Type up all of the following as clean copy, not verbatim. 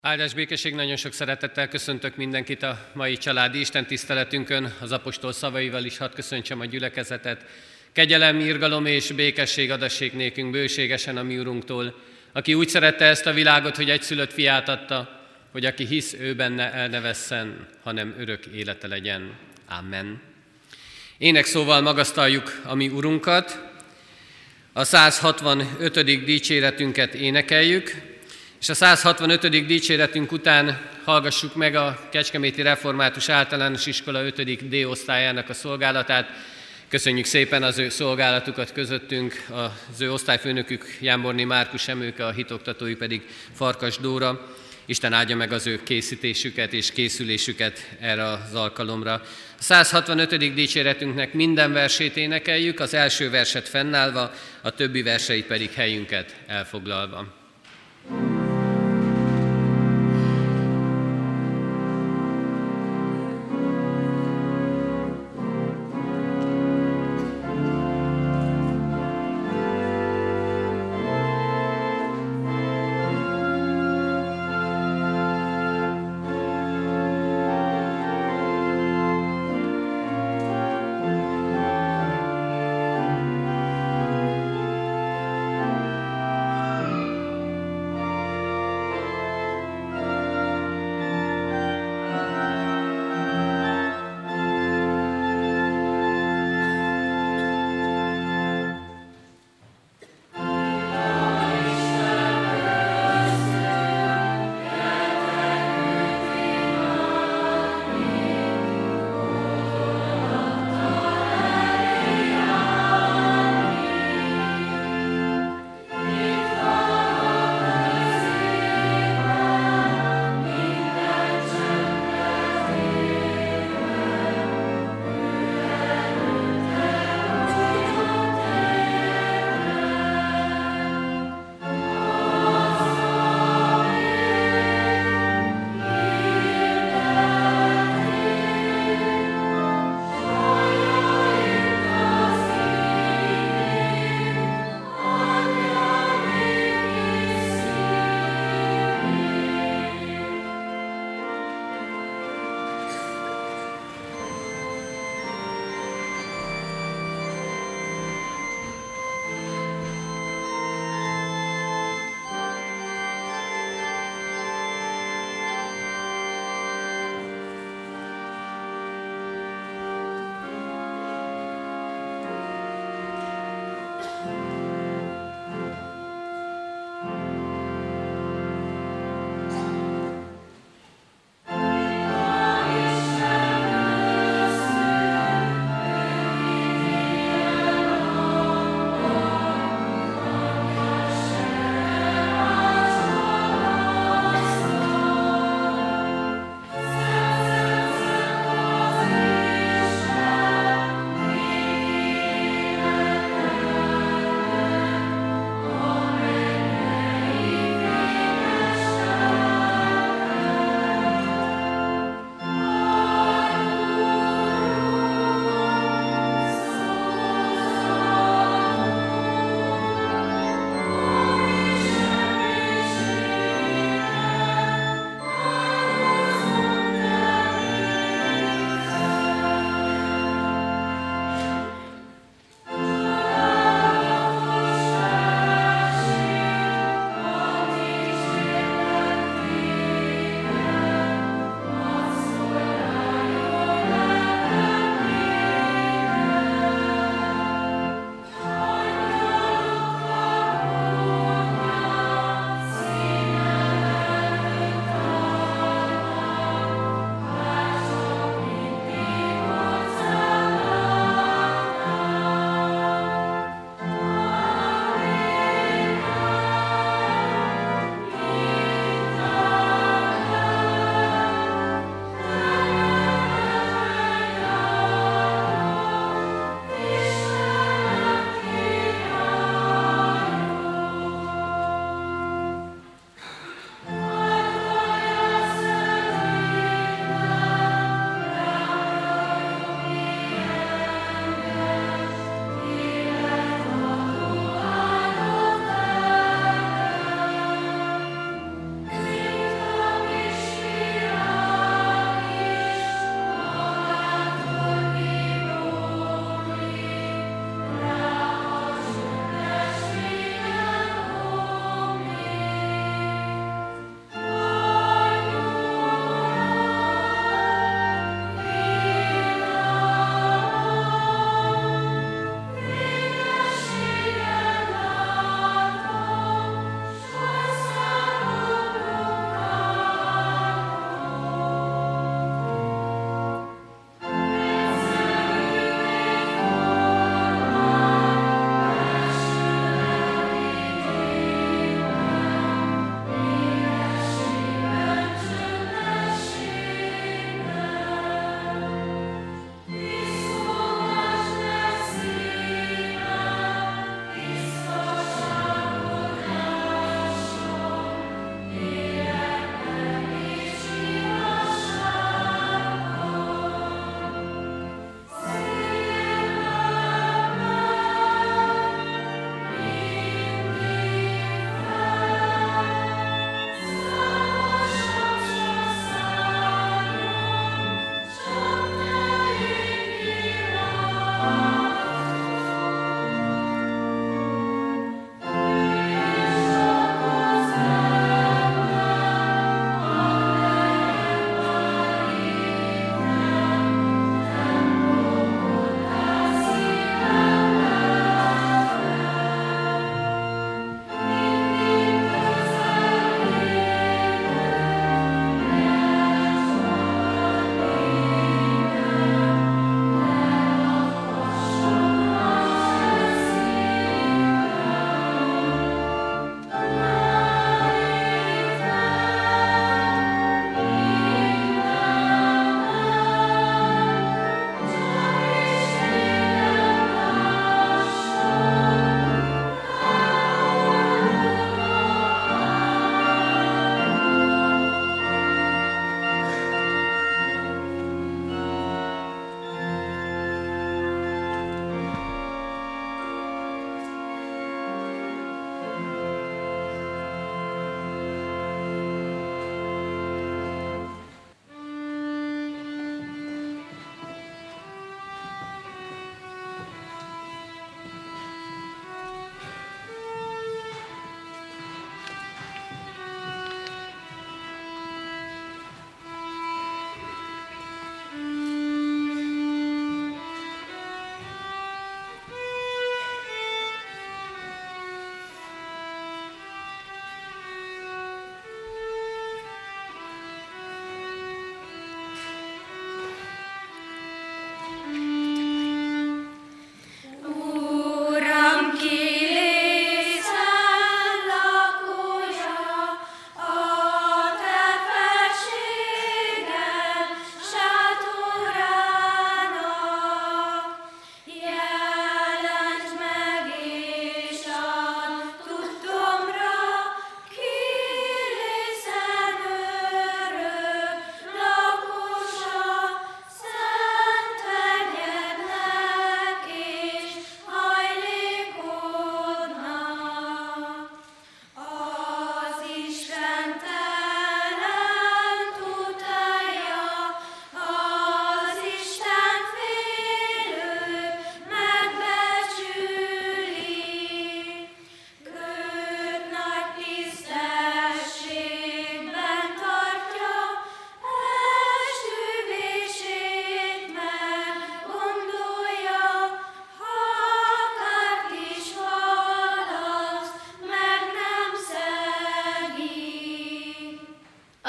Áldás békesség, nagyon sok szeretettel köszöntök mindenkit a mai családi istentiszteletünkön. Az apostol szavaival is hadd köszöntsem a gyülekezetet. Kegyelem, irgalom és békesség adassék nékünk bőségesen a mi Urunktól, aki úgy szerette ezt a világot, hogy egyszülött fiát adta, hogy aki hisz ő benne, el ne vesszen, hanem örök élete legyen. Amen. Énekszóval magasztaljuk a mi Urunkat. A 165. dicséretünket énekeljük, és a 165. dicséretünk után hallgassuk meg a Kecskeméti Református Általános Iskola 5. D osztályának a szolgálatát. Köszönjük szépen az ő szolgálatukat közöttünk, az ő osztályfőnökük Jámborné Márkus Emőke, a hitoktatói pedig Farkas Dóra. Isten áldja meg az ő készítésüket és készülésüket erre az alkalomra. A 165. dicséretünknek minden versét énekeljük, az első verset fennállva, a többi verseit pedig helyünket elfoglalva.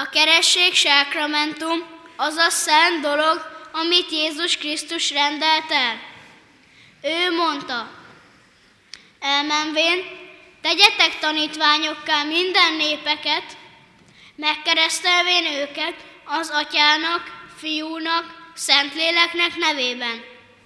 A keresztség sákramentum az a szent dolog, amit Jézus Krisztus rendelt el. Ő mondta, elmenvén, tegyetek tanítványokká minden népeket, megkeresztelvén őket az Atyának, Fiúnak, Szentléleknek nevében.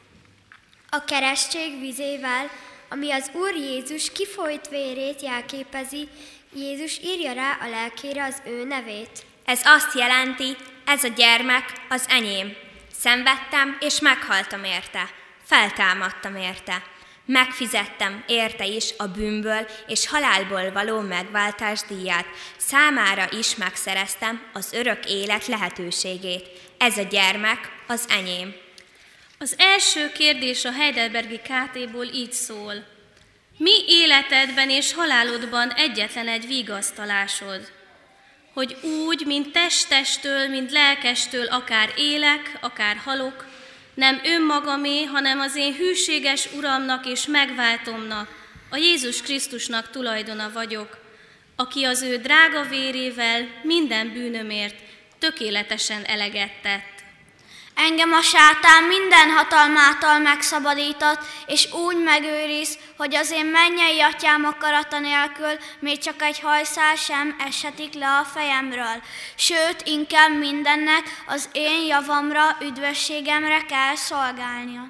A keresztség vizével, ami az Úr Jézus kifolyt vérét jelképezi, Jézus írja rá a lelkére az ő nevét. Ez azt jelenti, ez a gyermek az enyém. Szenvedtem és meghaltam érte, feltámadtam érte. Megfizettem érte is a bűnből és halálból való megváltás díját. Számára is megszereztem az örök élet lehetőségét. Ez a gyermek az enyém. Az első kérdés a Heidelbergi KT-ból így szól. Mi életedben és halálodban egyetlen egy vigasztalásod? Hogy úgy, mint testtől, mint lelkestől akár élek, akár halok, nem önmagamé, hanem az én hűséges Uramnak és megváltomnak, a Jézus Krisztusnak tulajdona vagyok, aki az ő drága vérével minden bűnömért tökéletesen eleget tett. Engem a sátán minden hatalmától megszabadított, és úgy megőriz, hogy az én mennyei atyám akarata nélkül még csak egy hajszál sem eshetik le a fejemről. Sőt, inkább mindennek az én javamra, üdvösségemre kell szolgálnia.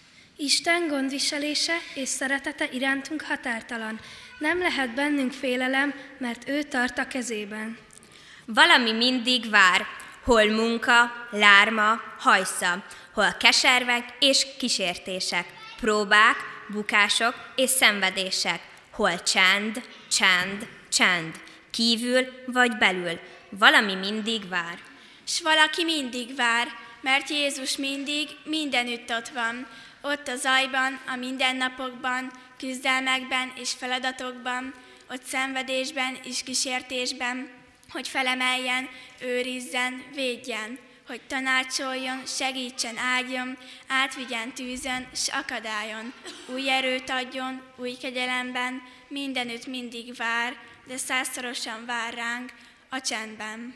Isten gondviselése és szeretete irántunk határtalan. Nem lehet bennünk félelem, mert ő tart a kezében. Valami mindig vár, hol munka, lárma, hajsza, hol keservek és kísértések, próbák, bukások és szenvedések, hol csend, csend, csend, kívül vagy belül, valami mindig vár. S valaki mindig vár, mert Jézus mindig mindenütt ott van, ott a zajban, a mindennapokban, küzdelmekben és feladatokban, ott szenvedésben és kísértésben, hogy felemeljen, őrizzen, védjen, hogy tanácsoljon, segítsen, áldjon, átvigyen tűzön, s akadályon, új erőt adjon, új kegyelemben, mindenütt mindig vár, de százszorosan vár ránk a csendben.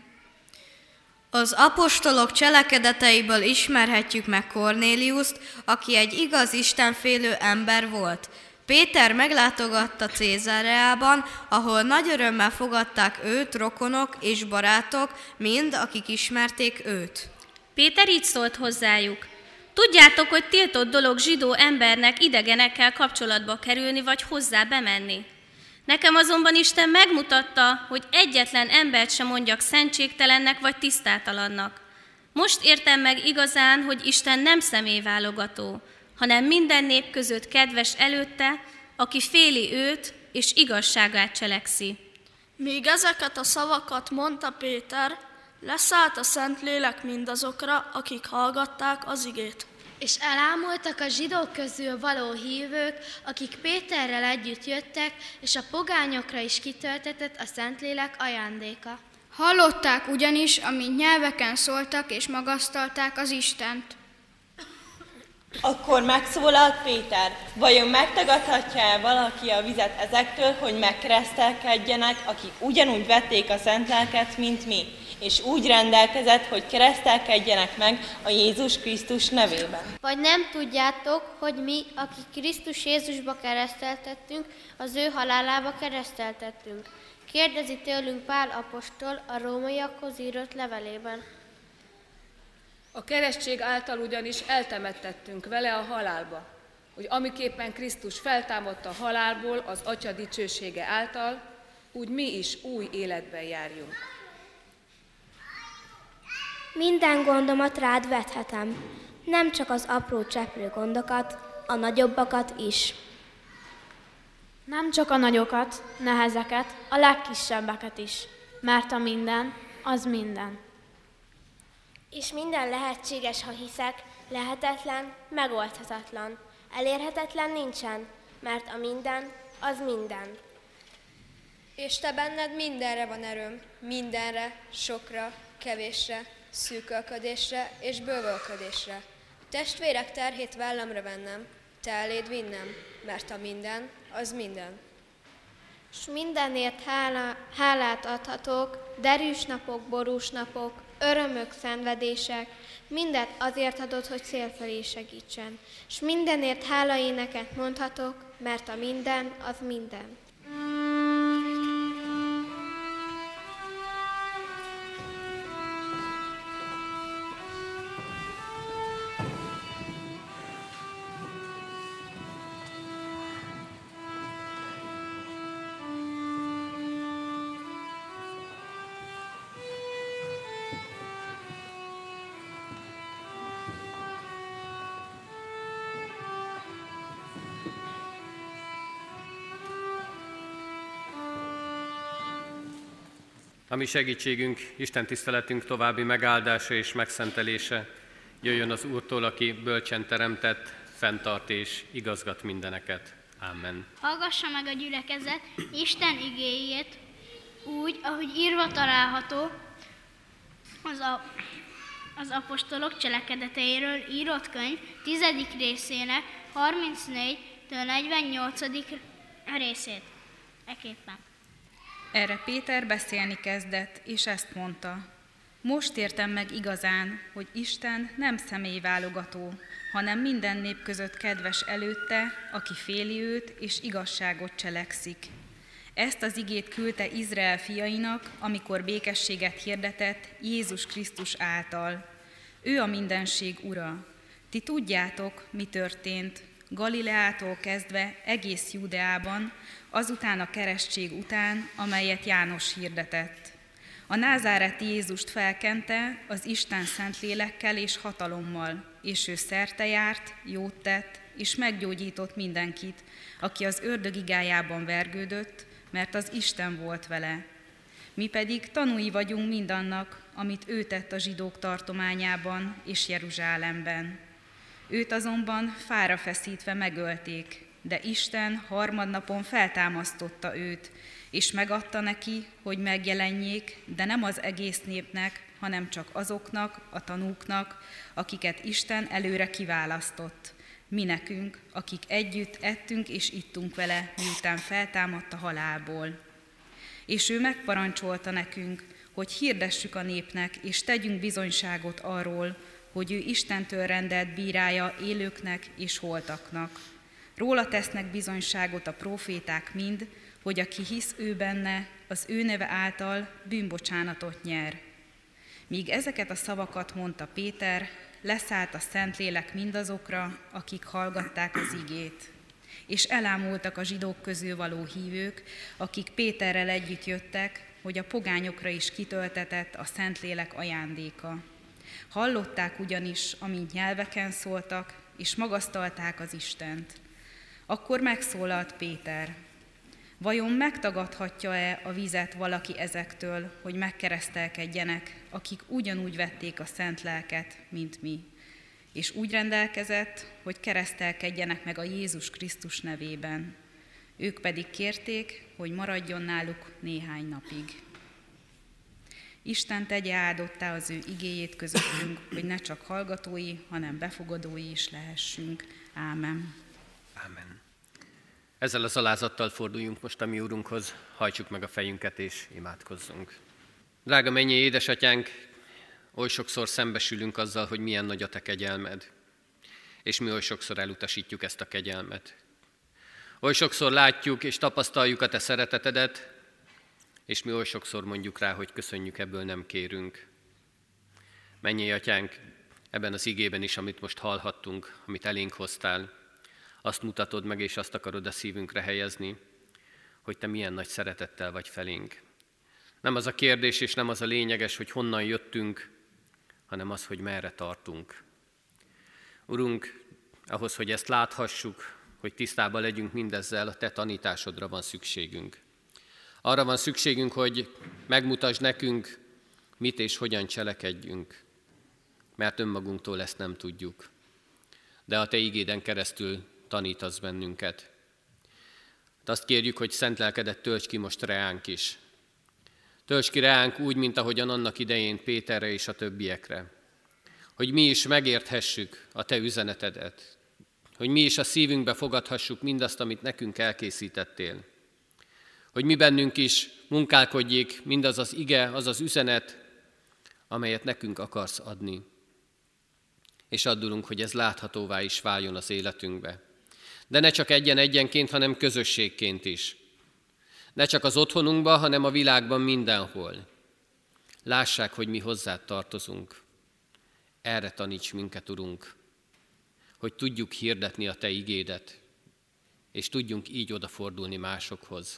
Az apostolok cselekedeteiből ismerhetjük meg Kornéliuszt, aki egy igaz istenfélő ember volt. Péter meglátogatta Cézareában, ahol nagy örömmel fogadták őt rokonok és barátok, mind akik ismerték őt. Péter így szólt hozzájuk. Tudjátok, hogy tiltott dolog zsidó embernek idegenekkel kapcsolatba kerülni, vagy hozzá bemenni. Nekem azonban Isten megmutatta, hogy egyetlen embert sem mondjak szentségtelennek vagy tisztátalannak. Most értem meg igazán, hogy Isten nem személyválogató, hanem minden nép között kedves előtte, aki féli őt és igazságát cselekszi. Míg ezeket a szavakat mondta Péter, leszállt a Szentlélek mindazokra, akik hallgatták az igét. És elámultak a zsidók közül való hívők, akik Péterrel együtt jöttek, és a pogányokra is kitöltetett a Szentlélek ajándéka. Hallották ugyanis, amint nyelveken szóltak és magasztalták az Istent. Akkor megszólalt Péter, vajon megtagadhatja-e valaki a vizet ezektől, hogy megkeresztelkedjenek, akik ugyanúgy vették a szent lelket, mint mi, és úgy rendelkezett, hogy keresztelkedjenek meg a Jézus Krisztus nevében? Vagy nem tudjátok, hogy mi, akik Krisztus Jézusba kereszteltettünk, az ő halálába kereszteltettünk? Kérdezi tőlünk Pál apostol a rómaiakhoz írott levelében. A keresztség által ugyanis eltemettettünk vele a halálba, hogy amiképpen Krisztus feltámadt a halálból az Atya dicsősége által, úgy mi is új életben járjunk. Minden gondomat rád vethetem, nem csak az apró cseprő gondokat, a nagyobbakat is. Nem csak a nagyokat, nehezeket, a legkisebbeket is, mert a minden, az minden. És minden lehetséges, ha hiszek, lehetetlen, megoldhatatlan. Elérhetetlen nincsen, mert a minden, az minden. És te benned mindenre van erőm, mindenre, sokra, kevésre, szűkölködésre és bővölködésre. Testvérek terhét vállamra vennem, te eléd vinnem, mert a minden, az minden. S mindenért hálát adhatok, derűs napok, borús napok, örömök, szenvedések, mindet azért adod, hogy cél felé segítsen. S mindenért hálaéneket mondhatok, mert a minden az minden. A mi segítségünk, Isten tiszteletünk további megáldása és megszentelése jöjjön az Úrtól, aki bölcsen teremtett, fenntart és igazgat mindeneket. Amen. Hallgassa meg a gyülekezet Isten igéjét úgy, ahogy írva található az apostolok cselekedeteiről írott könyv 10. részének 34-től 48. részét. Eképpen. Erre Péter beszélni kezdett, és ezt mondta: most értem meg igazán, hogy Isten nem személyválogató, hanem minden nép között kedves előtte, aki féli őt és igazságot cselekszik. Ezt az igét küldte Izrael fiainak, amikor békességet hirdetett Jézus Krisztus által. Ő a mindenség ura. Ti tudjátok, mi történt Galileától kezdve egész Judeában, azután a keresztség után, amelyet János hirdetett. A názáreti Jézust felkente az Isten Szentlélekkel és hatalommal, és ő szerte járt, jót tett, és meggyógyított mindenkit, aki az ördög igájában vergődött, mert az Isten volt vele. Mi pedig tanúi vagyunk mindannak, amit ő tett a zsidók tartományában és Jeruzsálemben. Őt azonban fára feszítve megölték, de Isten harmadnapon feltámasztotta őt, és megadta neki, hogy megjelenjék, de nem az egész népnek, hanem csak azoknak, a tanúknak, akiket Isten előre kiválasztott. Mi nekünk, akik együtt ettünk és ittunk vele, miután feltámadt a halálból. És ő megparancsolta nekünk, hogy hirdessük a népnek, és tegyünk bizonyságot arról, hogy ő Istentől rendelt bírája élőknek és holtaknak. Róla tesznek bizonyságot a próféták mind, hogy aki hisz ő benne, az ő neve által bűnbocsánatot nyer. Míg ezeket a szavakat mondta Péter, leszállt a Szentlélek mindazokra, akik hallgatták az igét. És elámultak a zsidók közül való hívők, akik Péterrel együtt jöttek, hogy a pogányokra is kitöltetett a Szentlélek ajándéka. Hallották ugyanis, amint nyelveken szóltak, és magasztalták az Istent. Akkor megszólalt Péter: vajon megtagadhatja-e a vizet valaki ezektől, hogy megkeresztelkedjenek, akik ugyanúgy vették a szent lelket, mint mi? És úgy rendelkezett, hogy keresztelkedjenek meg a Jézus Krisztus nevében. Ők pedig kérték, hogy maradjon náluk néhány napig. Isten tegye áldottá az ő igéjét közöttünk, hogy ne csak hallgatói, hanem befogadói is lehessünk. Ámen. Ámen. Ezzel az alázattal forduljunk most a mi Úrunkhoz, hajtsuk meg a fejünket és imádkozzunk. Drága mennyei édesatyánk, oly sokszor szembesülünk azzal, hogy milyen nagy a te kegyelmed, és mi oly sokszor elutasítjuk ezt a kegyelmet. Oly sokszor látjuk és tapasztaljuk a te szeretetedet, és mi oly sokszor mondjuk rá, hogy köszönjük, ebből nem kérünk. Mennyei atyánk, ebben az igében is, amit most hallhattunk, amit elénk hoztál, azt mutatod meg, és azt akarod a szívünkre helyezni, hogy te milyen nagy szeretettel vagy felénk. Nem az a kérdés, és nem az a lényeges, hogy honnan jöttünk, hanem az, hogy merre tartunk. Urunk, ahhoz, hogy ezt láthassuk, hogy tisztában legyünk mindezzel, a te tanításodra van szükségünk. Arra van szükségünk, hogy megmutasd nekünk, mit és hogyan cselekedjünk, mert önmagunktól ezt nem tudjuk. De a te igéden keresztül tanítasz bennünket. Azt kérjük, hogy szent lelkedet tölts ki most reánk is. Tölts ki reánk úgy, mint ahogyan annak idején Péterre és a többiekre. Hogy mi is megérthessük a te üzenetedet. Hogy mi is a szívünkbe fogadhassuk mindazt, amit nekünk elkészítettél. hogy mi bennünk is munkálkodjék mindaz az ige, az az üzenet, amelyet nekünk akarsz adni. És addulunk, hogy ez láthatóvá is váljon az életünkbe. De ne csak egyenként, hanem közösségként is. Ne csak az otthonunkban, hanem a világban mindenhol. Lássák, hogy mi hozzád tartozunk. Erre taníts minket, Urunk, hogy tudjuk hirdetni a Te igédet, és tudjunk így odafordulni másokhoz.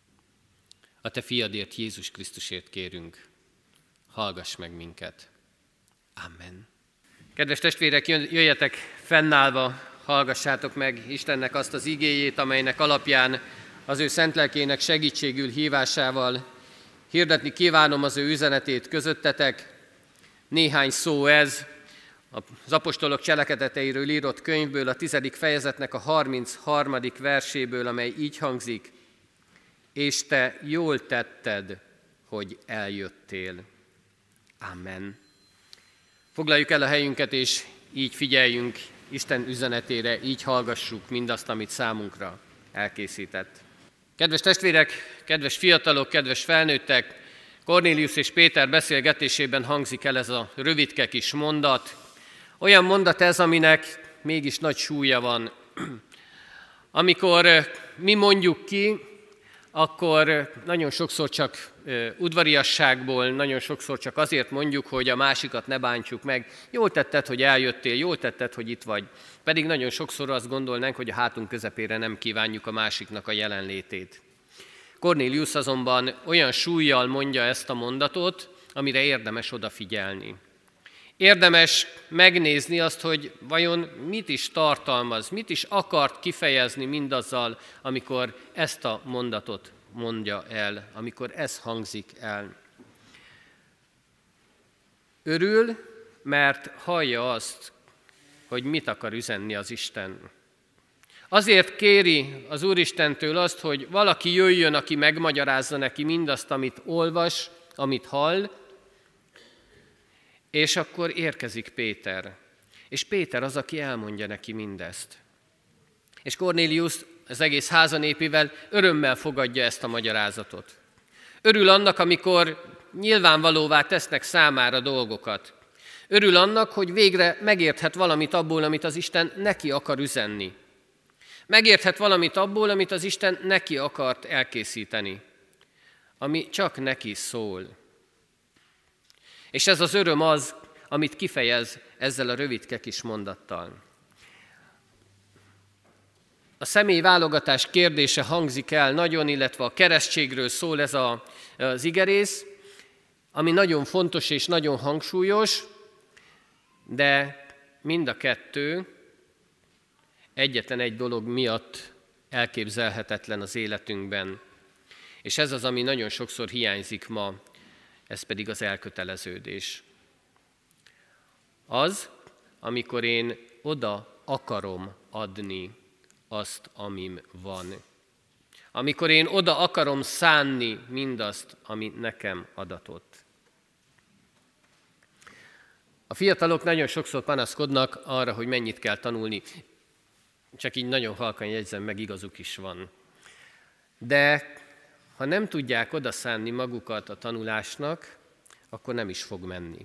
A Te fiadért, Jézus Krisztusért kérünk. Hallgass meg minket. Amen. Kedves testvérek, jöjjetek fennállva, hallgassátok meg Istennek azt az igéjét, amelynek alapján az ő szent lelkének segítségül hívásával hirdetni kívánom az ő üzenetét közöttetek. Néhány szó ez, az apostolok cselekedeteiről írott könyvből, a 10. fejezetnek a 33. verséből, amely így hangzik: és te jól tetted, hogy eljöttél. Amen. Foglaljuk el a helyünket, és így figyeljünk Isten üzenetére, így hallgassuk mindazt, amit számunkra elkészített. Kedves testvérek, kedves fiatalok, kedves felnőttek, Kornélius és Péter beszélgetésében hangzik el ez a rövidke kis mondat. Olyan mondat ez, aminek mégis nagy súlya van. Amikor mi mondjuk ki, akkor nagyon sokszor csak udvariasságból, nagyon sokszor csak azért mondjuk, hogy a másikat ne bántsuk meg. Jól tetted, hogy eljöttél, jól tetted, hogy itt vagy. Pedig nagyon sokszor azt gondolnánk, hogy a hátunk közepére nem kívánjuk a másiknak a jelenlétét. Kornélius azonban olyan súllyal mondja ezt a mondatot, amire érdemes odafigyelni. Érdemes megnézni azt, hogy vajon mit is tartalmaz, mit is akart kifejezni mindazzal, amikor ezt a mondatot mondja el, amikor ez hangzik el. Örül, mert hallja azt, hogy mit akar üzenni az Isten. Azért kéri az Úristentől azt, hogy valaki jöjjön, aki megmagyarázza neki mindazt, amit olvas, amit hall, és akkor érkezik Péter. És Péter az, aki elmondja neki mindezt. És Kornélius az egész házanépével örömmel fogadja ezt a magyarázatot. Örül annak, amikor nyilvánvalóvá tesznek számára dolgokat. Örül annak, hogy végre megérthet valamit abból, amit az Isten neki akar üzenni. Megérthet valamit abból, amit az Isten neki akart elkészíteni, ami csak neki szól. És ez az öröm az, amit kifejez ezzel a rövidke kis mondattal. A személyválogatás kérdése hangzik el nagyon, illetve a keresztségről szól ez az igerész, ami nagyon fontos és nagyon hangsúlyos, de mind a kettő egyetlen egy dolog miatt elképzelhetetlen az életünkben. És ez az, ami nagyon sokszor hiányzik ma, ez pedig az elköteleződés. Az, amikor én oda akarom adni azt, amim van. Amikor én oda akarom szánni mindazt, ami nekem adatott. A fiatalok nagyon sokszor panaszkodnak arra, hogy mennyit kell tanulni. Csak így nagyon halkan jegyzem meg, igazuk is van. De ha nem tudják odaszánni magukat a tanulásnak, akkor nem is fog menni.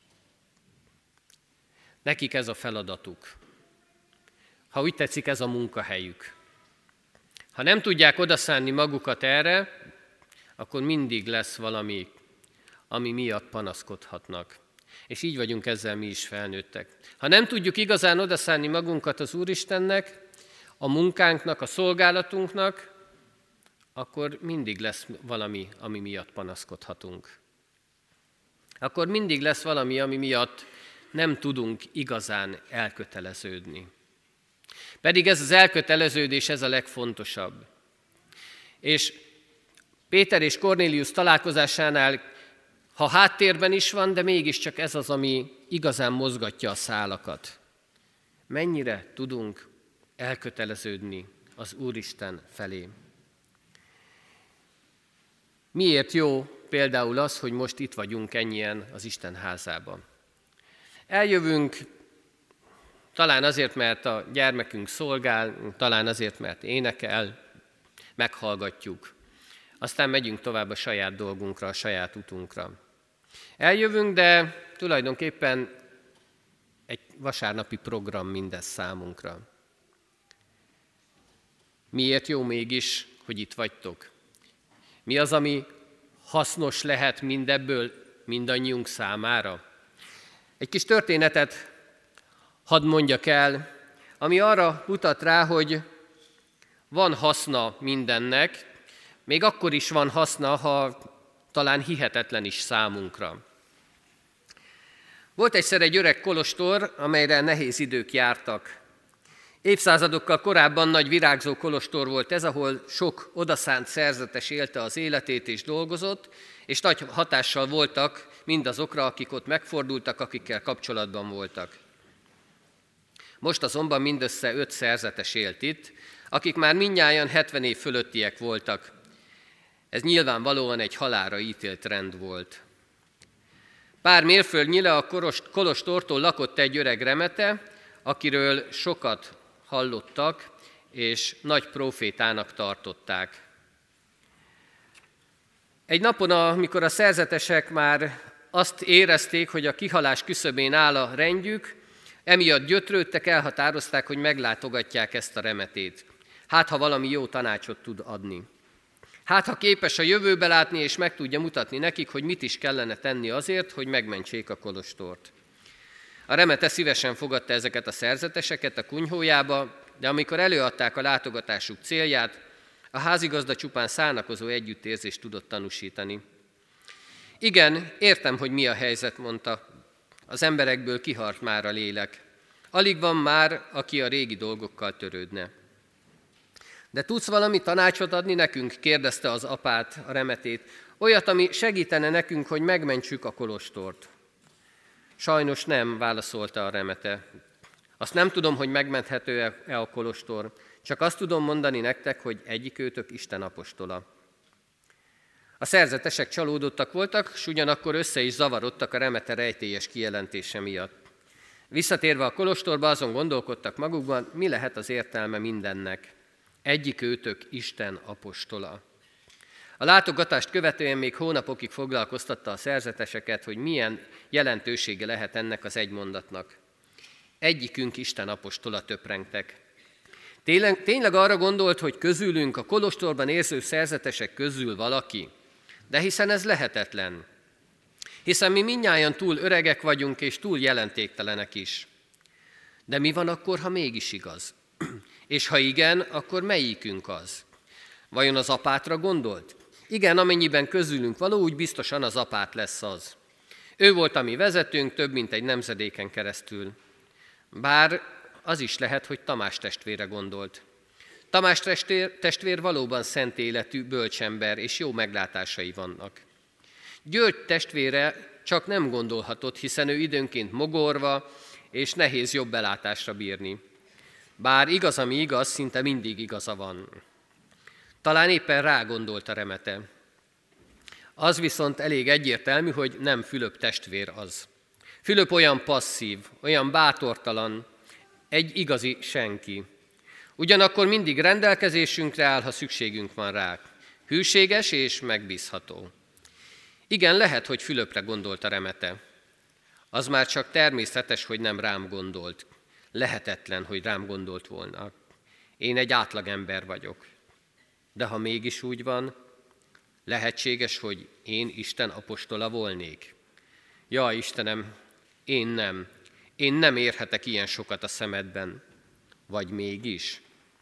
Nekik ez a feladatuk. Ha úgy tetszik, ez a munkahelyük. Ha nem tudják odaszánni magukat erre, akkor mindig lesz valami, ami miatt panaszkodhatnak. És így vagyunk ezzel mi is felnőttek. Ha nem tudjuk igazán odaszánni magunkat az Úristennek, a munkánknak, a szolgálatunknak, akkor mindig lesz valami, ami miatt panaszkodhatunk. Akkor mindig lesz valami, ami miatt nem tudunk igazán elköteleződni. Pedig ez az elköteleződés, ez a legfontosabb. És Péter és Kornélius találkozásánál, ha háttérben is van, de mégiscsak ez az, ami igazán mozgatja a szálakat. Mennyire tudunk elköteleződni az Úristen felé? Miért jó például az, hogy most itt vagyunk ennyien az Isten házában? Eljövünk, talán azért, mert a gyermekünk szolgál, talán azért, mert énekel, meghallgatjuk Aztán megyünk tovább a saját dolgunkra, a saját utunkra. Eljövünk, de tulajdonképpen egy vasárnapi program mindez számunkra. Miért jó mégis, hogy itt vagytok? Mi az, ami hasznos lehet mindebből mindannyiunk számára? Egy kis történetet hadd mondjak el, ami arra mutat rá, hogy van haszna mindennek, még akkor is van haszna, ha talán hihetetlen is számunkra. Volt egyszer egy öreg kolostor, amelyre nehéz idők jártak. Évszázadokkal korábban nagy virágzó kolostor volt ez, ahol sok odaszánt szerzetes élte az életét és dolgozott, és nagy hatással voltak mindazokra, akik ott megfordultak, akikkel kapcsolatban voltak. Most azonban mindössze 5 szerzetes élt itt, akik már mindnyájan 70 év fölöttiek voltak. Ez nyilvánvalóan egy halálra ítélt rend volt. Pár mérföldnyire a kolostortól lakott egy öreg remete, akiről sokat hallottak, és nagy prófétának tartották. Egy napon, amikor a szerzetesek már azt érezték, hogy a kihalás küszöbén áll a rendjük, emiatt gyötrődtek, elhatározták, hogy meglátogatják ezt a remetét. Hát, ha valami jó tanácsot tud adni. Hát, ha képes a jövőbe látni, és meg tudja mutatni nekik, hogy mit is kellene tenni azért, hogy megmentsék a kolostort. A remete szívesen fogadta ezeket a szerzeteseket a kunyhójába, de amikor előadták a látogatásuk célját, a házigazda csupán szánakozó együttérzést tudott tanúsítani. Igen, értem, hogy mi a helyzet, mondta. Az emberekből kihalt már a lélek. Alig van már, aki a régi dolgokkal törődne. De tudsz valami tanácsot adni nekünk? Kérdezte az apát, a remetét. Olyat, ami segítene nekünk, hogy megmentsük a kolostort. Sajnos nem, válaszolta a remete. Azt nem tudom, hogy megmenthető-e a kolostor, csak azt tudom mondani nektek, hogy egyikőtök Isten apostola. A szerzetesek csalódottak voltak, s ugyanakkor össze is zavarodtak a remete rejtélyes kijelentése miatt. Visszatérve a kolostorba, azon gondolkodtak magukban, mi lehet az értelme mindennek. Egyikőtök Isten apostola. A látogatást követően még hónapokig foglalkoztatta a szerzeteseket, hogy milyen jelentősége lehet ennek az egy mondatnak. Egyikünk Isten apostola, töprengtek. Tényleg arra gondolt, hogy közülünk a kolostorban érző szerzetesek közül valaki? De hiszen ez lehetetlen. Hiszen mi mindnyájan túl öregek vagyunk, és túl jelentéktelenek is. De mi van akkor, ha mégis igaz? És ha igen, akkor melyikünk az? Vajon az apátra gondolt? Igen, amennyiben közülünk való, úgy biztosan az apát lesz az. Ő volt a mi vezetőnk több mint egy nemzedéken keresztül. Bár az is lehet, hogy Tamás testvére gondolt. Tamás testvér valóban szent életű, bölcsember, és jó meglátásai vannak. György testvére csak nem gondolhatott, hiszen ő időnként mogorva, és nehéz jobb belátásra bírni. Bár igaz, ami igaz, szinte mindig igaza van. Talán éppen rá gondolt a remete. Az viszont elég egyértelmű, hogy nem Fülöp testvér az. Fülöp olyan passzív, olyan bátortalan, egy igazi senki. Ugyanakkor mindig rendelkezésünkre áll, ha szükségünk van rá. Hűséges és megbízható. Igen, lehet, hogy Fülöpre gondolt a remete. Az már csak természetes, hogy nem rám gondolt. Lehetetlen, hogy rám gondolt volna. Én egy átlagember vagyok. De ha mégis úgy van, lehetséges, hogy én Isten apostola volnék. Ja, Istenem, én nem érhetek ilyen sokat a szemedben. Vagy mégis?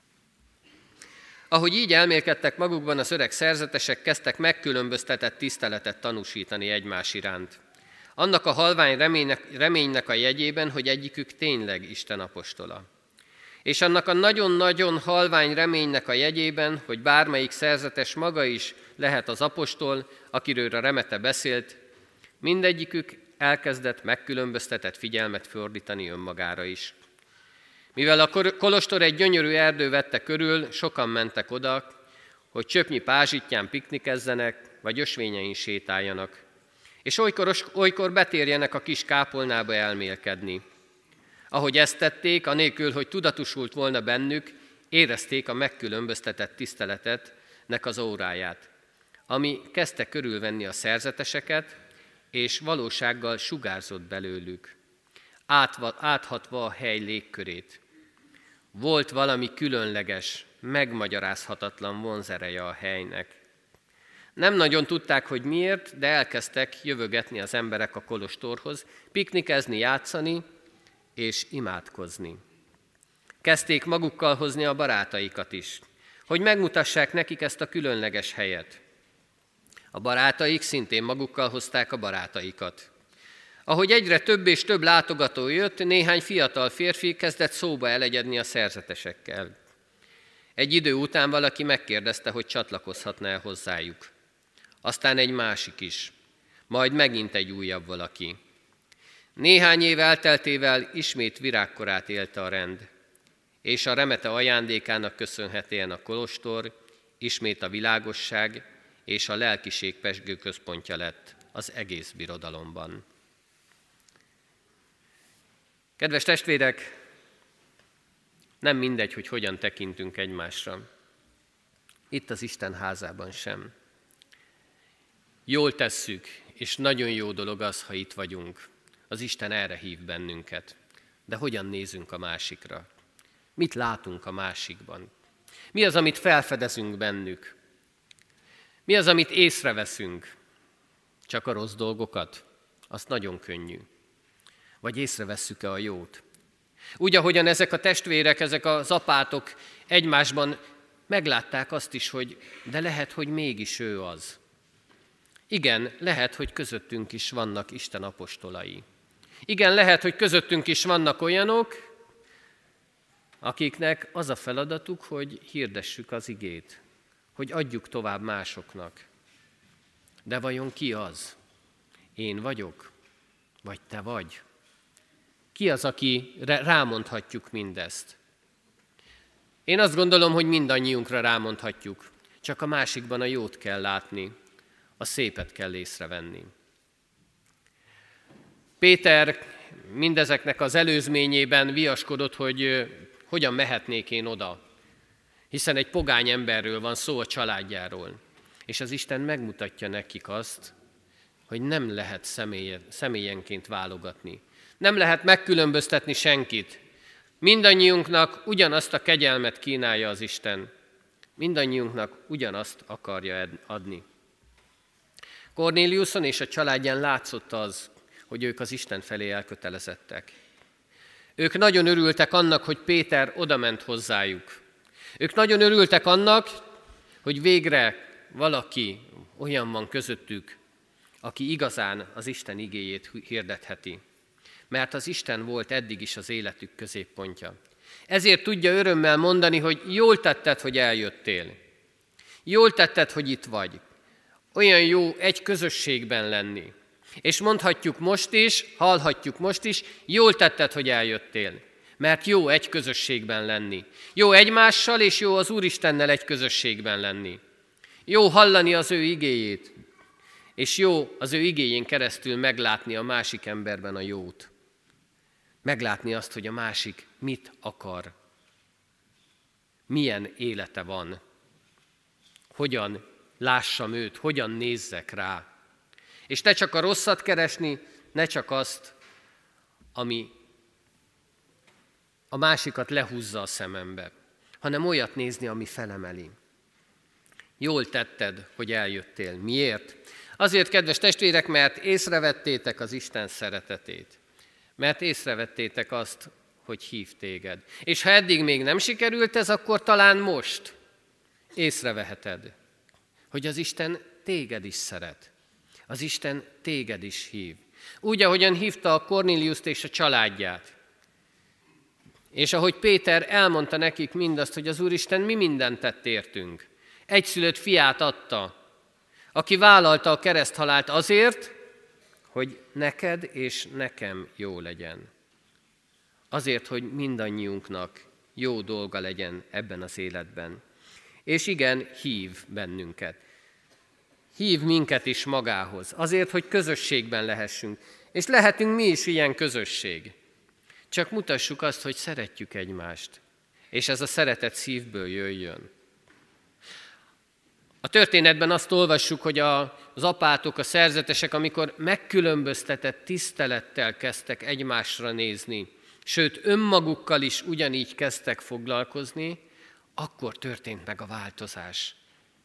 Ahogy így elmélkedtek magukban, az öreg szerzetesek kezdtek megkülönböztetett tiszteletet tanúsítani egymás iránt. Annak a halvány reménynek a jegyében, hogy egyikük tényleg Isten apostola. És annak a nagyon-nagyon halvány reménynek a jegyében, hogy bármelyik szerzetes maga is lehet az apostol, akiről a remete beszélt, mindegyikük elkezdett megkülönböztetett figyelmet fordítani önmagára is. Mivel a kolostor egy gyönyörű erdő vette körül, sokan mentek oda, hogy csöpnyi pázsittyán piknikezzenek, vagy ösvényein sétáljanak, és olykor betérjenek a kis kápolnába elmélkedni. Ahogy ezt tették, anélkül, hogy tudatosult volna bennük, érezték a megkülönböztetett tiszteletetnek az óráját. ami kezdte körülvenni a szerzeteseket, és valósággal sugárzott belőlük, áthatva a hely légkörét. Volt valami különleges, megmagyarázhatatlan vonzereje a helynek. Nem nagyon tudták, hogy miért, de elkezdtek jövögetni az emberek a kolostorhoz, piknikezni, játszani és imádkozni. Kezdték magukkal hozni a barátaikat is, hogy megmutassák nekik ezt a különleges helyet. A barátaik szintén magukkal hozták a barátaikat. Ahogy egyre több és több látogató jött, néhány fiatal férfi kezdett szóba elegyedni a szerzetesekkel. Egy idő után valaki megkérdezte, hogy csatlakozhatna-e hozzájuk. Aztán egy másik is, majd megint egy újabb valaki. Néhány év elteltével ismét virágkorát élte a rend, és a remete ajándékának köszönhetően a kolostor ismét a világosság és a lelkiség pezsgő központja lett az egész birodalomban. Kedves testvérek, nem mindegy, hogy hogyan tekintünk egymásra. Itt az Isten házában sem. Jól tesszük, és nagyon jó dolog az, ha itt vagyunk. Az Isten erre hív bennünket. De hogyan nézünk a másikra? Mit látunk a másikban? Mi az, amit felfedezünk bennük? Mi az, amit észreveszünk? Csak a rossz dolgokat? Azt nagyon könnyű. Vagy észrevesszük-e a jót? Úgy, ahogyan ezek a testvérek, ezek az apátok egymásban meglátták azt is, hogy de lehet, hogy mégis ő az. Igen, lehet, hogy közöttünk is vannak Isten apostolai. Igen, lehet, hogy közöttünk is vannak olyanok, akiknek az a feladatuk, hogy hirdessük az igét, hogy adjuk tovább másoknak. De vajon ki az? Én vagyok? Vagy te vagy? Ki az, akire rámondhatjuk mindezt? Én azt gondolom, hogy mindannyiunkra rámondhatjuk, csak a másikban a jót kell látni, a szépet kell észrevenni. Péter mindezeknek az előzményében viaskodott, hogy hogyan mehetnék én oda, hiszen egy pogány emberről van szó, a családjáról. És az Isten megmutatja nekik azt, hogy nem lehet személyenként válogatni. Nem lehet megkülönböztetni senkit. Mindannyiunknak ugyanazt a kegyelmet kínálja az Isten. Mindannyiunknak ugyanazt akarja adni. Kornéliuson és a családján látszott az, hogy ők az Isten felé elkötelezettek. Ők nagyon örültek annak, hogy Péter odament hozzájuk. Ők nagyon örültek annak, hogy végre valaki olyan van közöttük, aki igazán az Isten igéjét hirdetheti. Mert az Isten volt eddig is az életük középpontja. Ezért tudja örömmel mondani, hogy jól tetted, hogy eljöttél. Jól tetted, hogy itt vagy. Olyan jó egy közösségben lenni. És mondhatjuk most is, hallhatjuk most is, jól tetted, hogy eljöttél. Mert jó egy közösségben lenni. Jó egymással, és jó az Úristennel egy közösségben lenni. Jó hallani az ő igéjét, és jó az ő igéjén keresztül meglátni a másik emberben a jót. Meglátni azt, hogy a másik mit akar, milyen élete van, hogyan lássam őt, hogyan nézzek rá. És ne csak a rosszat keresni, ne csak azt, ami a másikat lehúzza a szemembe, hanem olyat nézni, ami felemeli. Jól tetted, hogy eljöttél. Miért? Azért, kedves testvérek, mert észrevettétek az Isten szeretetét. Mert észrevettétek azt, hogy hív téged. És ha eddig még nem sikerült ez, akkor talán most észreveheted, hogy az Isten téged is szeret. Az Isten téged is hív. Úgy, ahogyan hívta a Kornéliuszt és a családját. És ahogy Péter elmondta nekik mindazt, hogy az Úristen mi mindent tett értünk. Egyszülött fiát adta, aki vállalta a kereszthalált azért, hogy neked és nekem jó legyen. Azért, hogy mindannyiunknak jó dolga legyen ebben az életben. És igen, hív bennünket. Hív minket is magához, azért, hogy közösségben lehessünk. És lehetünk mi is ilyen közösség. Csak mutassuk azt, hogy szeretjük egymást. És ez a szeretet szívből jöjjön. A történetben azt olvassuk, hogy az apátok, a szerzetesek, amikor megkülönböztetett tisztelettel kezdtek egymásra nézni, sőt önmagukkal is ugyanígy kezdtek foglalkozni, akkor történt meg a változás.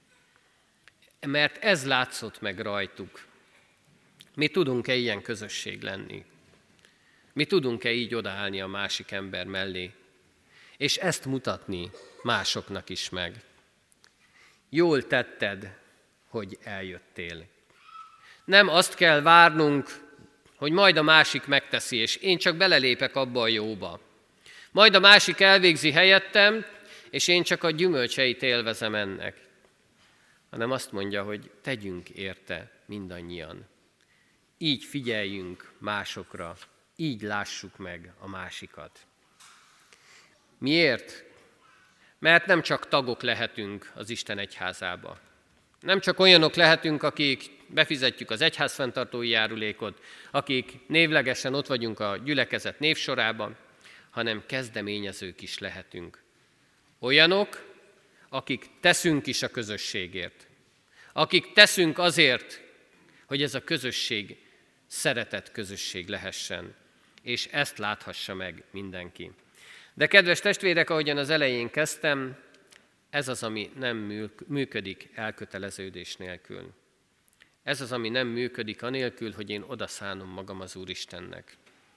Mert ez látszott meg rajtuk. Mi tudunk-e ilyen közösség lenni? Mi tudunk-e így odaállni a másik ember mellé? És ezt mutatni másoknak is meg. Jól tetted, hogy eljöttél. Nem azt kell várnunk, hogy majd a másik megteszi, és én csak belelépek abba a jóba. Majd a másik elvégzi helyettem, és én csak a gyümölcseit élvezem ennek. Hanem azt mondja, hogy tegyünk érte mindannyian. Így figyeljünk másokra, így lássuk meg a másikat. Miért? Mert nem csak tagok lehetünk az Isten egyházába. Nem csak olyanok lehetünk, akik befizetjük az egyházfenntartói járulékot, akik névlegesen ott vagyunk a gyülekezet névsorában, hanem kezdeményezők is lehetünk. Olyanok, akik teszünk is a közösségért. Akik teszünk azért, hogy ez a közösség szeretett közösség lehessen, és ezt láthassa meg mindenki. De kedves testvérek, ahogyan az elején kezdtem, ez az, ami nem működik elköteleződés nélkül. Ez az, ami nem működik anélkül, hogy én odaszánom magam az Úristennek.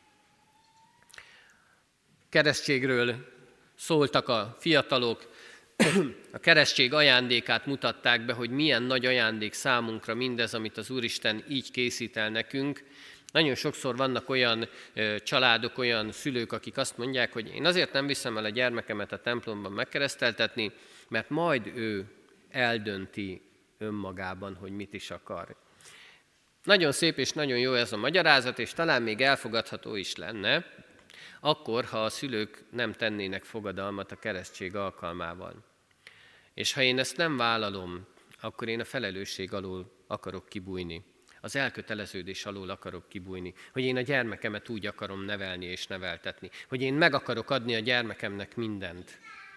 Keresztségről szóltak a fiatalok, a keresztség ajándékát mutatták be, hogy milyen nagy ajándék számunkra mindez, amit az Úristen így készít el nekünk. Nagyon sokszor vannak olyan családok, olyan szülők, akik azt mondják, hogy én azért nem viszem el a gyermekemet a templomban megkereszteltetni, mert majd ő eldönti önmagában, hogy mit is akar. Nagyon szép és nagyon jó ez a magyarázat, és talán még elfogadható is lenne, akkor, ha a szülők nem tennének fogadalmat a keresztség alkalmával. És ha én ezt nem vállalom, akkor én a felelősség alól akarok kibújni. Az elköteleződés alól akarok kibújni, hogy én a gyermekemet úgy akarom nevelni és neveltetni, hogy én meg akarok adni a gyermekemnek mindent.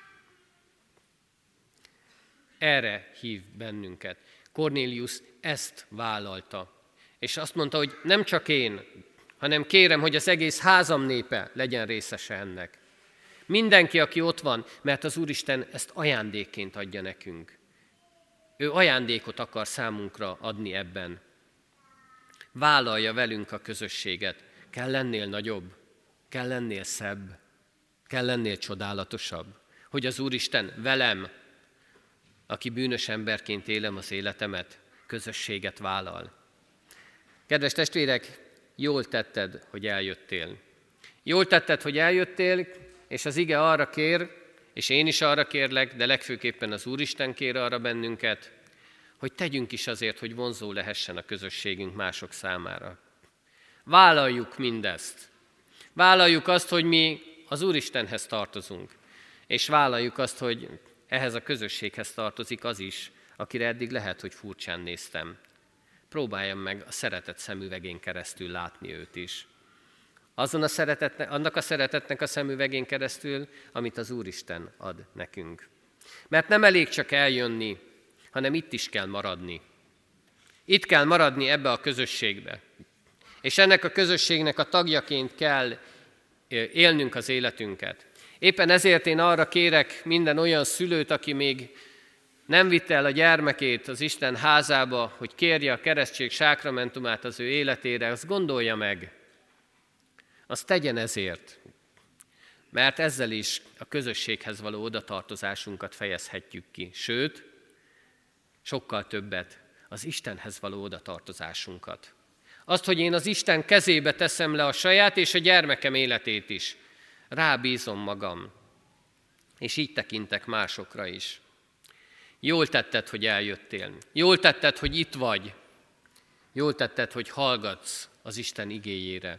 Erre hív bennünket. Kornélius ezt vállalta, és azt mondta, hogy nem csak én, hanem kérem, hogy az egész házam népe legyen részese ennek. Mindenki, aki ott van, mert az Úristen ezt ajándékként adja nekünk. Ő ajándékot akar számunkra adni ebben. Vállalja velünk a közösséget. Kell lennél nagyobb, kell lennél szebb, kell lennél csodálatosabb, hogy az Úristen velem, aki bűnös emberként élem az életemet, közösséget vállal. Kedves testvérek, jól tetted, hogy eljöttél. Jól tetted, hogy eljöttél, és az ige arra kér, és én is arra kérlek, de legfőképpen az Úristen kér arra bennünket, hogy tegyünk is azért, hogy vonzó lehessen a közösségünk mások számára. Vállaljuk mindezt. Vállaljuk azt, hogy mi az Úristenhez tartozunk, és vállaljuk azt, hogy ehhez a közösséghez tartozik az is, akire eddig lehet, hogy furcsán néztem. Próbáljam meg a szeretet szemüvegén keresztül látni őt is. Annak a szeretetnek a szemüvegén keresztül, amit az Úristen ad nekünk. Mert nem elég csak eljönni, hanem itt is kell maradni. Itt kell maradni ebbe a közösségbe. És ennek a közösségnek a tagjaként kell élnünk az életünket. Éppen ezért én arra kérek minden olyan szülőt, aki még nem vitte el a gyermekét az Isten házába, hogy kérje a keresztség sákramentumát az ő életére, azt gondolja meg. Azt tegyen ezért, mert ezzel is a közösséghez való odatartozásunkat fejezhetjük ki. Sőt, sokkal többet, az Istenhez való odatartozásunkat. Azt, hogy én az Isten kezébe teszem le a saját és a gyermekem életét is. Rábízom magam, és így tekintek másokra is. Jól tetted, hogy eljöttél. Jól tetted, hogy itt vagy. Jól tetted, hogy hallgatsz az Isten igéjére.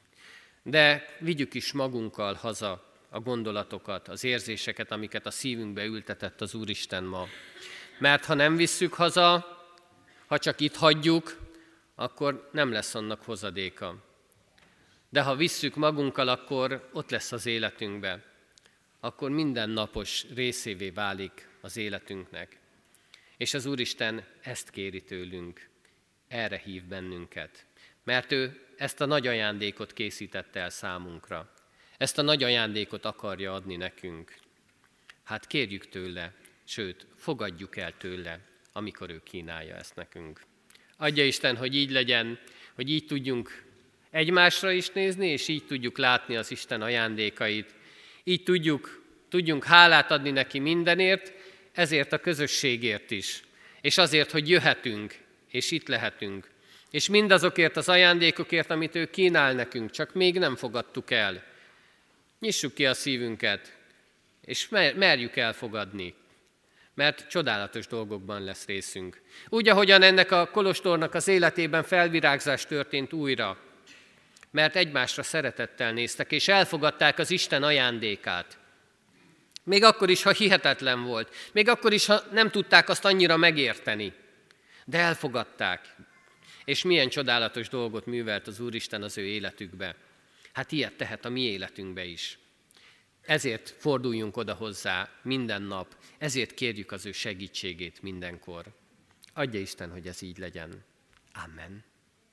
De vigyük is magunkkal haza a gondolatokat, az érzéseket, amiket a szívünkbe ültetett az Úristen ma. Mert ha nem visszük haza, ha csak itt hagyjuk, akkor nem lesz annak hozadéka. De ha visszük magunkkal, akkor ott lesz az életünkbe. Akkor mindennapos részévé válik az életünknek. És az Úristen ezt kéri tőlünk, erre hív bennünket. Mert ő ezt a nagy ajándékot készítette el számunkra. Ezt a nagy ajándékot akarja adni nekünk. Hát kérjük tőle, sőt, fogadjuk el tőle, amikor ő kínálja ezt nekünk. Adja Isten, hogy így legyen, hogy így tudjunk egymásra is nézni, és így tudjuk látni az Isten ajándékait. Így tudjunk hálát adni neki mindenért, ezért a közösségért is. És azért, hogy jöhetünk, és itt lehetünk. És mindazokért az ajándékokért, amit ő kínál nekünk, csak még nem fogadtuk el. Nyissuk ki a szívünket, és merjük elfogadni, mert csodálatos dolgokban lesz részünk. Úgy, ahogyan ennek a kolostornak az életében felvirágzás történt újra, mert egymásra szeretettel néztek, és elfogadták az Isten ajándékát. Még akkor is, ha hihetetlen volt, még akkor is, ha nem tudták azt annyira megérteni, de elfogadták. És milyen csodálatos dolgot művelt az Úristen az ő életükbe. Hát ilyet tehet a mi életünkbe is. Ezért forduljunk oda hozzá minden nap, ezért kérjük az ő segítségét mindenkor. Adja Isten, hogy ez így legyen. Amen.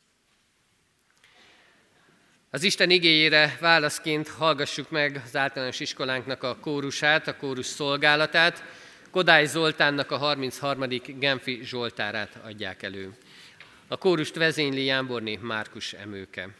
Az Isten igéjére válaszként hallgassuk meg az általános iskolánknak a kórusát, a kórus szolgálatát. Kodály Zoltánnak a 33. Genfi Zsoltárát adják elő. A kórust vezényli Jámborné Márkus Emőke.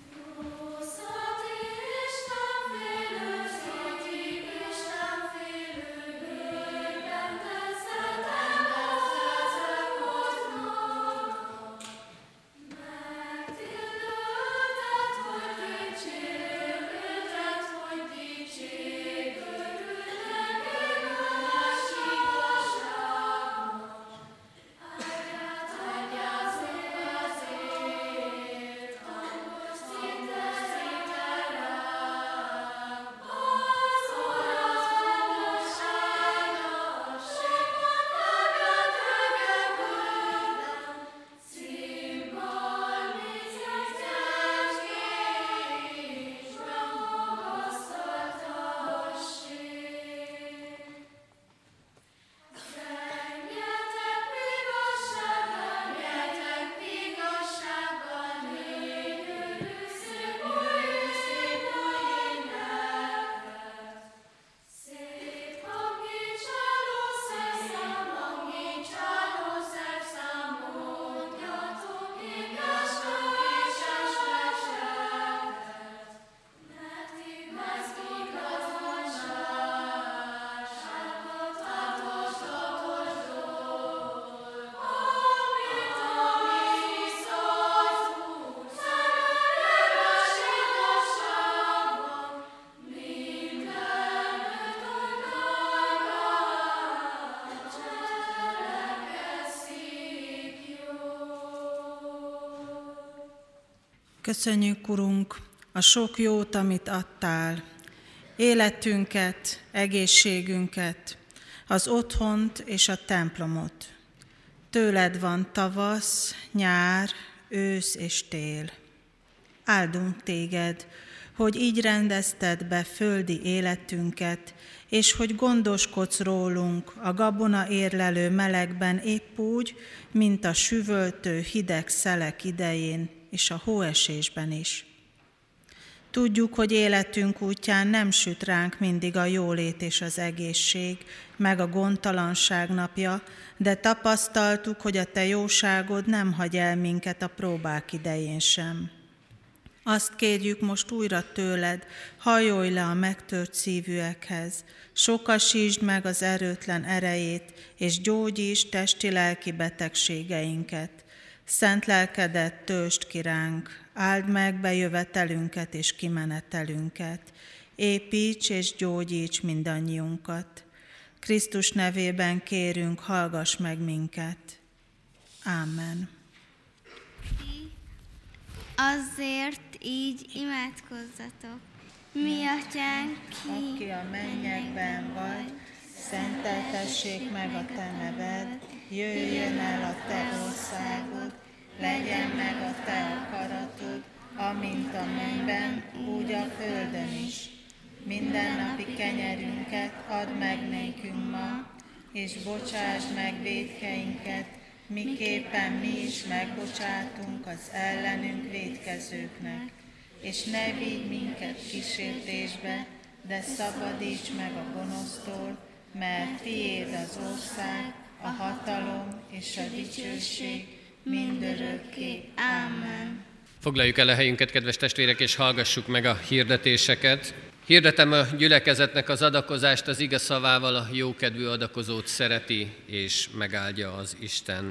Köszönjük, Urunk, a sok jót, amit adtál, életünket, egészségünket, az otthont és a templomot. Tőled van tavasz, nyár, ősz és tél. Áldunk téged, hogy így rendezted be földi életünket, és hogy gondoskodsz rólunk a gabona érlelő melegben épp úgy, mint a süvöltő hideg szelek idején, és a hóesésben is. Tudjuk, hogy életünk útján nem süt ránk mindig a jólét és az egészség, meg a gondtalanság napja, de tapasztaltuk, hogy a te jóságod nem hagy el minket a próbák idején sem. Azt kérjük most újra tőled, hajolj le a megtört szívűekhez, sokasítsd meg az erőtlen erejét, és gyógyítsd testi-lelki betegségeinket. Szent lelkedet töltsd ki ránk, áld meg bejövetelünket és kimenetelünket, építs és gyógyíts mindannyiunkat. Krisztus nevében kérünk, hallgass meg minket. Ámen. Azért így imádkozzatok. Mi atyánk, aki a mennyekben vagy, szenteltessék meg a te neved, jöjjön el a te országod, legyen meg a te akaratod, amint a mennyben, úgy a földön is. Mindennapi kenyerünket add meg nékünk ma, és bocsásd meg vétkeinket, miképpen mi is megbocsátunk az ellenünk vétkezőknek. És ne vigy minket kísértésbe, de szabadíts meg a gonosztól, mert tiéd az ország, a hatalom és a dicsőség mindörökké. Ámen. Foglaljuk el a helyünket, kedves testvérek, és hallgassuk meg a hirdetéseket. Hirdetem a gyülekezetnek az adakozást az ige szavával, a jókedvű adakozót szereti és megáldja az Isten.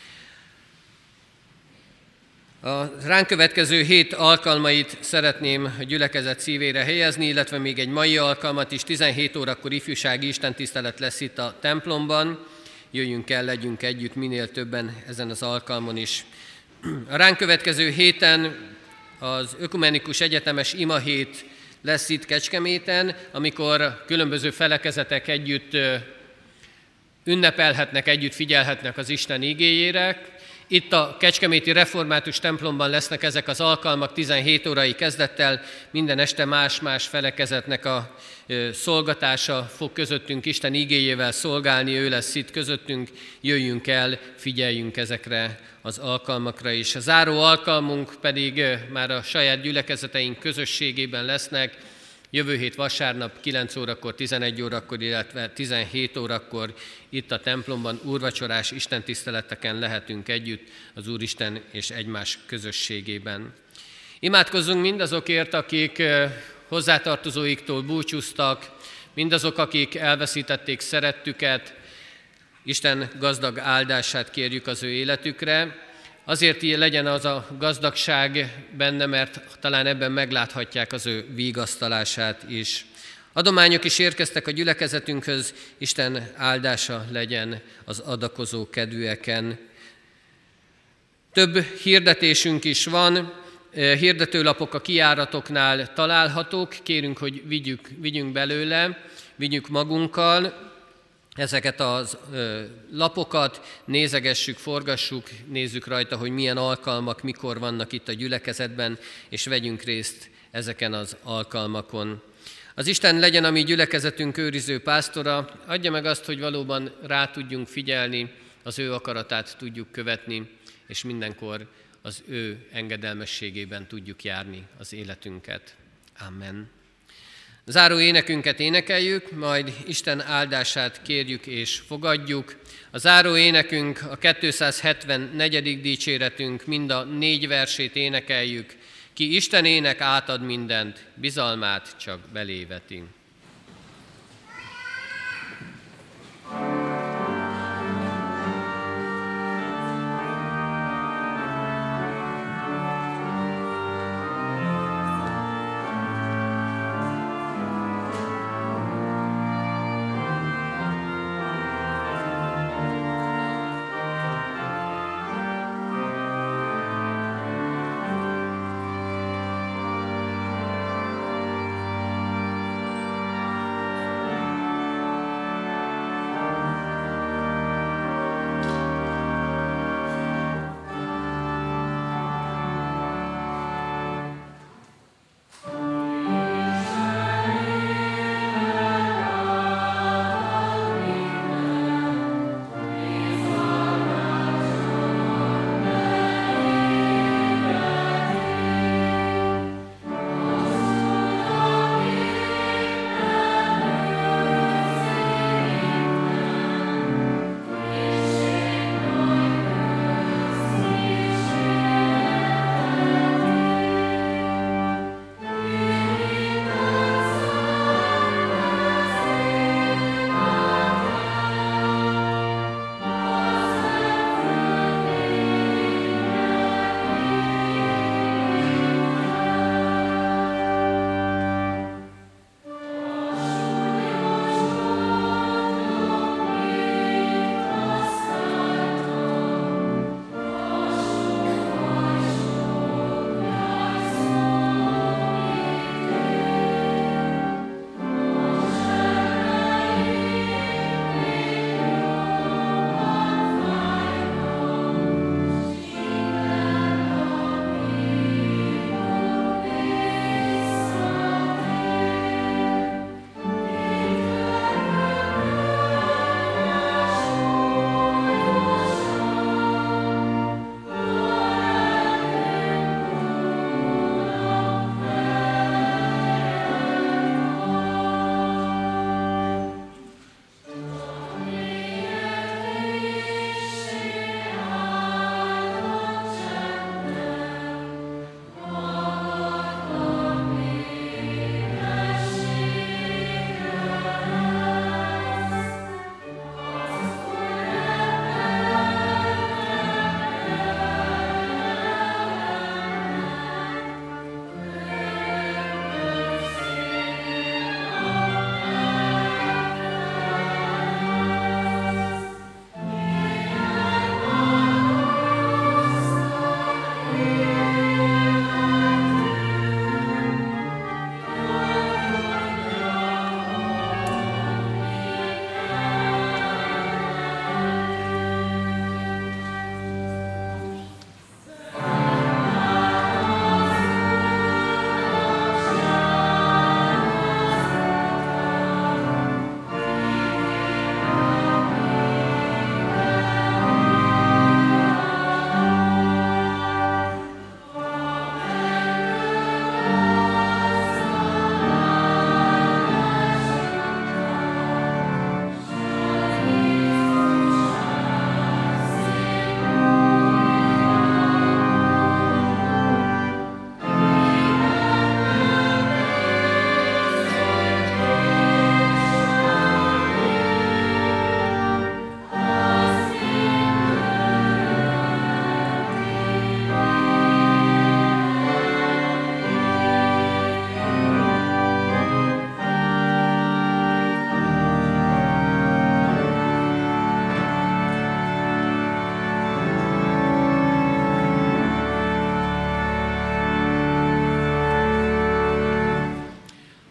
A ránk következő 7 alkalmait szeretném a gyülekezet szívére helyezni, illetve még egy mai alkalmat is. 17 órakor ifjúsági istentisztelet lesz itt a templomban. Jöjjünk el, legyünk együtt minél többen ezen az alkalmon is. A ránk következő héten az ökumenikus egyetemes imahét lesz itt Kecskeméten, amikor különböző felekezetek együtt ünnepelhetnek, együtt figyelhetnek az Isten igéjére. Itt a Kecskeméti Református templomban lesznek ezek az alkalmak 17 órai kezdettel, minden este más-más felekezetnek a szolgatása fog közöttünk Isten igéjével szolgálni, ő lesz itt közöttünk, jöjjünk el, figyeljünk ezekre az alkalmakra is. A záró alkalmunk pedig már a saját gyülekezeteink közösségében lesznek, jövő hét vasárnap 9 órakor, 11 órakor, illetve 17 órakor itt a templomban úrvacsorás istentiszteleteken lehetünk együtt az Úristen és egymás közösségében. Imádkozzunk mindazokért, akik hozzátartozóiktól búcsúztak, mindazok, akik elveszítették szerettüket, Isten gazdag áldását kérjük az ő életükre. Azért legyen az a gazdagság benne, mert talán ebben megláthatják az ő vigasztalását is. Adományok is érkeztek a gyülekezetünkhöz, Isten áldása legyen az adakozó kedvűeken. Több hirdetésünk is van, hirdetőlapok a kijáratoknál találhatók, kérünk, hogy vigyünk belőle, vigyük magunkkal. Ezeket a lapokat nézegessük, forgassuk, nézzük rajta, hogy milyen alkalmak, mikor vannak itt a gyülekezetben, és vegyünk részt ezeken az alkalmakon. Az Isten legyen a mi gyülekezetünk őriző pásztora, adja meg azt, hogy valóban rá tudjunk figyelni, az ő akaratát tudjuk követni, és mindenkor az ő engedelmességében tudjuk járni az életünket. Amen. Záró énekünket énekeljük, majd Isten áldását kérjük és fogadjuk. A záró énekünk, a 274. dicséretünk, mind a 4 versét énekeljük. Ki Istenének átad mindent, bizalmát csak belé veti.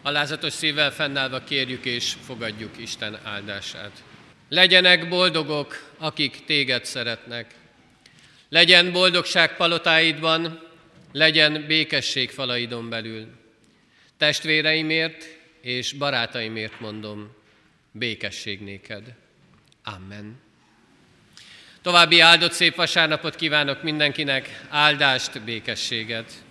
Alázatos szívvel fennállva kérjük és fogadjuk Isten áldását. Legyenek boldogok, akik téged szeretnek. Legyen boldogság palotáidban, legyen békesség falaidon belül. Testvéreimért és barátaimért mondom, békesség néked. Amen. További áldott szép vasárnapot kívánok mindenkinek, áldást, békességet.